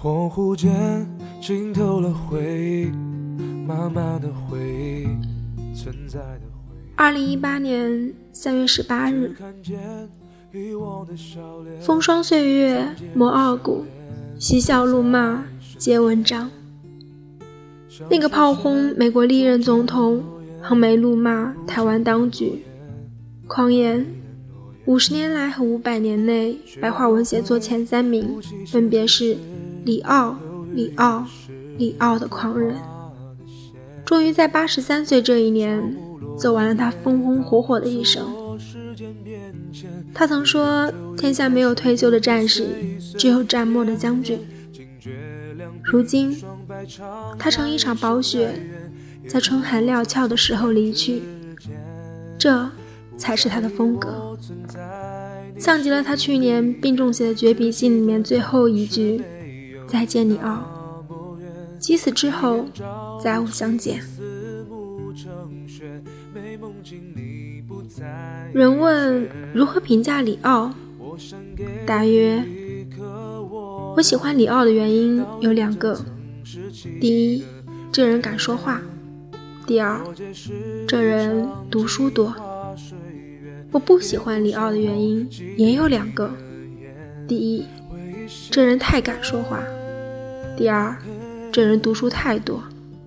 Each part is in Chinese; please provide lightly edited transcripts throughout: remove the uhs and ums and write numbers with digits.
恍惚间浸透了回忆，慢慢的回忆存在的 2018年3月18日，风霜岁月磨傲骨，嬉笑怒骂皆文章。那个炮轰美国历任总统，横眉怒骂台湾当局，狂言50年来和500年内白话文写作前3名分别是李奥、李奥、李奥的狂人，终于在83岁这一年走完了他风风火火的一生。他曾说，天下没有退休的战士，只有战没的将军。如今他乘一场暴雪，在春寒料峭的时候离去，这才是他的风格，像极了他去年病重写的绝笔信里面最后一句：再见李奥，即此之后再无相见。人问如何评价李奥，大约我喜欢李奥的原因有2个：第一，这人敢说话；第二，这人读书多。我不喜欢李奥的原因也有2个：第一，这人太敢说话；第二，这人读书太多。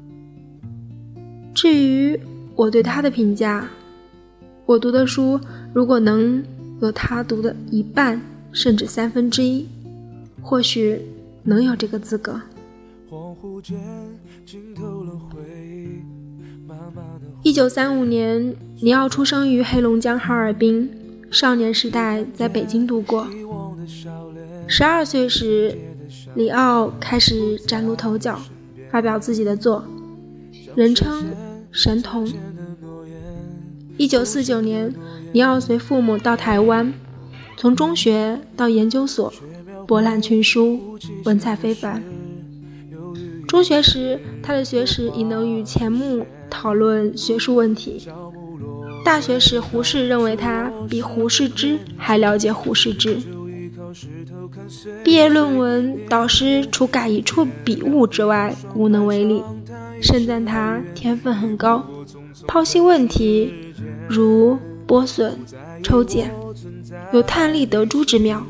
至于我对他的评价，我读的书如果能有他读的1半甚至1/3，或许能有这个资格。1935年，李奥出生于黑龙江哈尔滨，少年时代在北京度过。12岁时，李奥开始崭露头角，发表自己的作，人称神童。1949年，李奥随父母到台湾，从中学到研究所，博览群书，文采非凡。中学时，他的学识已能与钱穆讨论学术问题。大学时，胡适认为他比胡适之还了解胡适之。毕业论文导师除改一处笔误之外无能为力，盛赞他天分很高，剖析问题如剥笋、抽检，有探利得珠之妙。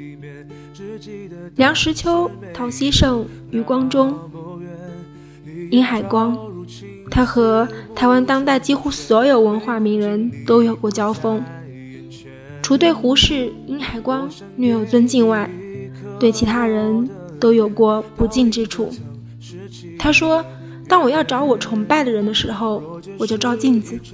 梁实秋、陶希圣、余光中、殷海光，他和台湾当代几乎所有文化名人都有过交锋。除对胡适、殷海光略有尊敬外，对其他人都有过不敬之处。他说，当我要找我崇拜的人的时候，我就照镜子。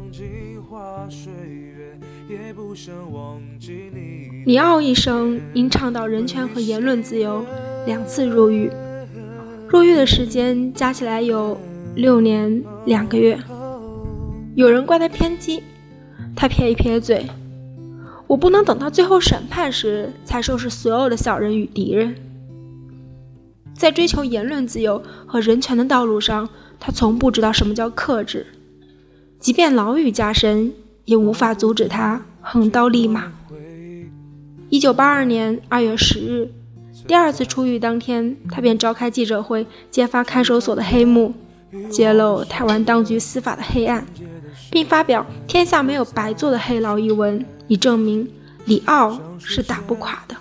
李奥一生因倡导人权和言论自由2次入狱，入狱的时间加起来有6年2个月。有人怪他偏激，他撇一撇嘴，我不能等到最后审判时才收拾所有的小人与敌人。在追求言论自由和人权的道路上，他从不知道什么叫克制，即便牢狱加深，也无法阻止他横刀立马。1982年2月10日，第2次出狱当天，他便召开记者会，揭发看守所的黑幕，揭露台湾当局司法的黑暗，并发表《天下没有白做的黑牢》一文，以证明李奥是打不垮的。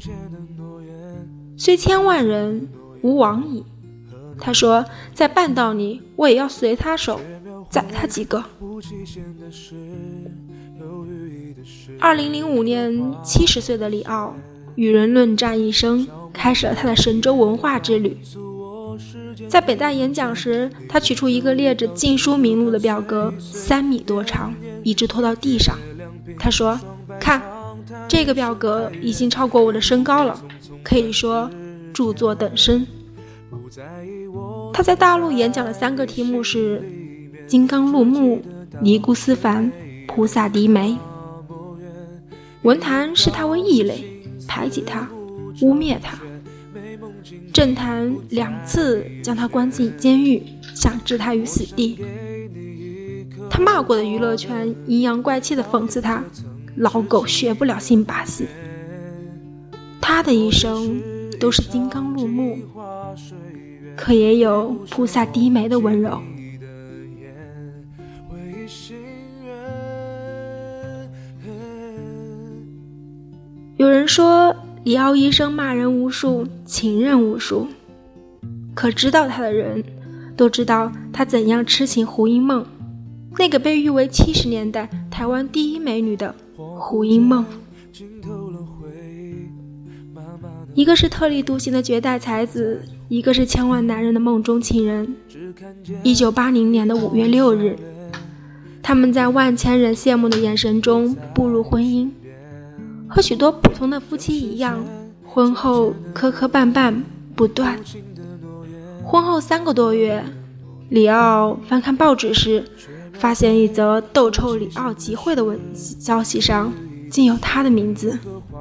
虽千万人，吾往矣。他说，在半道里，我也要随他手，宰他几个。2005年，70岁的李奥与人论战一生，开始了他的神州文化之旅。在北大演讲时，他取出一个列着禁书名录的表格，3米多长，一直拖到地上。他说，看，这个表格已经超过我的身高了，可以说著作等身。他在大陆演讲的3个题目是金刚入目、尼姑思凡、菩萨低眉。文坛视他为异类，排挤他，污蔑他。政坛2次将他关进监狱，想置他于死地。他骂过的娱乐圈阴阳怪气地讽刺他，老狗学不了新把戏。他的一生都是金刚入目，可也有菩萨低眉的温柔。有人说李奥医生骂人无数，情人无数，可知道他的人都知道他怎样痴情胡因梦，那个被誉为70年代台湾第一美女的胡因梦。一个是特立独行的绝代才子，一个是千万男人的梦中情人。1980年的5月6日，他们在万千人羡慕的眼神中步入婚姻。和许多普通的夫妻一样，婚后磕磕绊绊不断。婚后3个多月，李奥翻看报纸时，发现一则斗臭李奥集会的消息上竟有他的名字。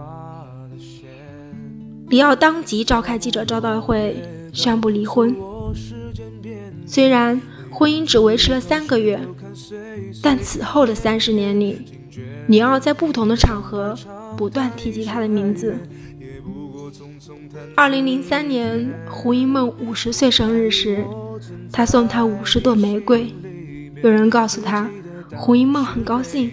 李奥当即召开记者招待会，宣布离婚。虽然婚姻只维持了3个月，但此后的30年里，李奥在不同的场合不断提及他的名字。2003年胡因梦50岁生日时，他送她50朵玫瑰。有人告诉他胡因梦很高兴，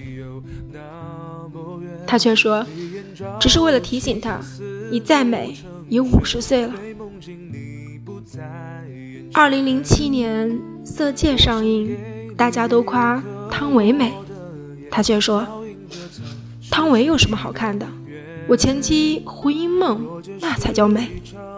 他却说只是为了提醒他，你再美也50岁了。2007年色戒上映，大家都夸汤唯美，他却说汤唯有什么好看的，我前妻胡因梦那才叫美。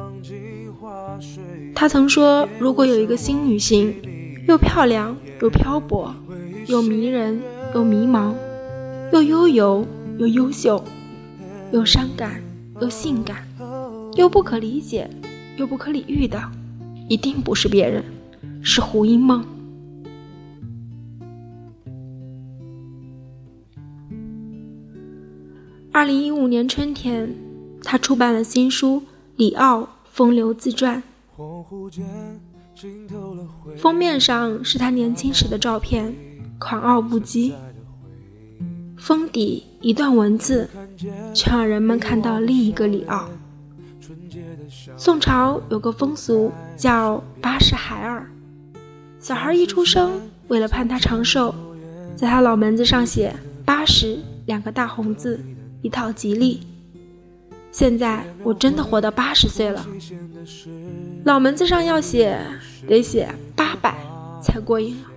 他曾说，如果有一个新女性，又漂亮又漂泊，又迷人又迷茫，又悠游又优秀，又伤感又性感，又不可理解又不可理喻的，一定不是别人，是胡因梦。2015年春天，他出版了新书《李奥风流自传》，封面上是他年轻时的照片，狂傲不羁。封底一段文字，却让人们看到另一个李奥。宋朝有个风俗叫巴氏孩儿，小孩一出生，为了盼他长寿，在他脑门子上写802个大红字，一套吉利。现在我真的活到80岁了，脑门子上要写得写800才过瘾了。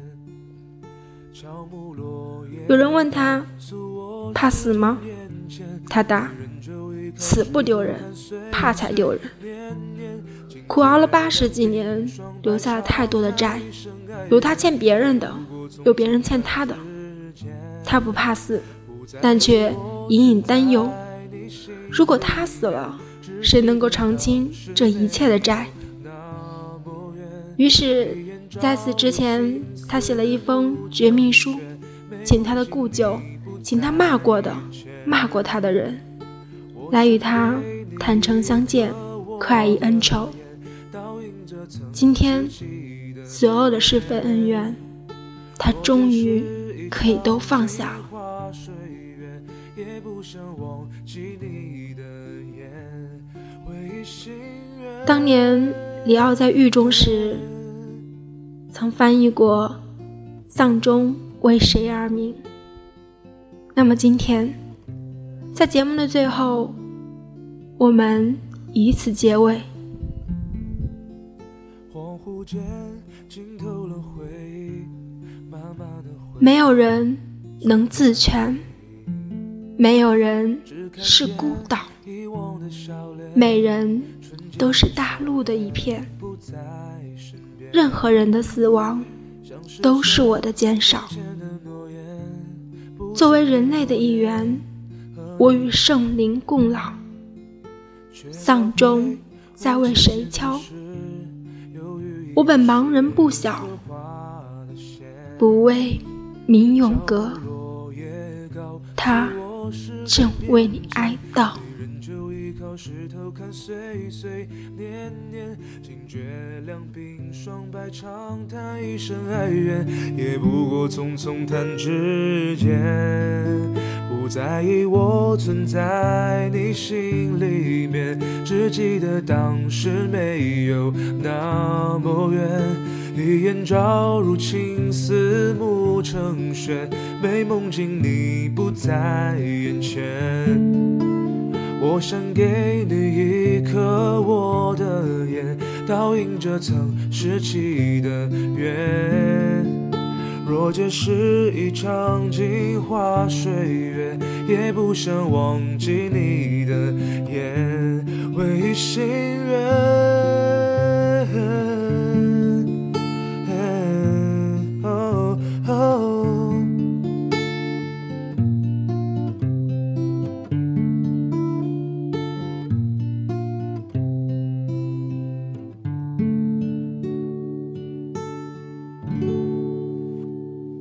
有人问他怕死吗？他答死不丢人，怕才丢人。苦熬了80几年，留下了太多的债，有他欠别人的，有别人欠他的。他不怕死，但却隐隐担忧，如果他死了，谁能够偿清这一切的债？于是在死之前，他写了一封绝命书，请他的故旧，请他骂过他的人，来与他坦诚相见，快意恩仇。今天所有的是非恩怨，他终于可以都放下了。当年李奥在狱中时，曾翻译过丧钟为谁而鸣。那么今天在节目的最后，我们以此结尾。没有人能自全，没有人是孤岛，每人都是大陆的一片，任何人的死亡都是我的减少。作为人类的一员，我与圣灵共老。丧钟在为谁敲？我本盲人不晓，不为民永隔，他正为你哀悼。石头看岁岁年年，惊觉两鬓霜白，长叹一声哀怨，也不过匆匆弹指间。 不在意我存在你心里面，只记得当时没有那么远，一眼照入青丝暮成雪，美梦境你不在眼前。我想给你一颗我的眼，倒映着曾拾起的缘。若这是一场镜花水月，也不想忘记你的眼，唯心愿。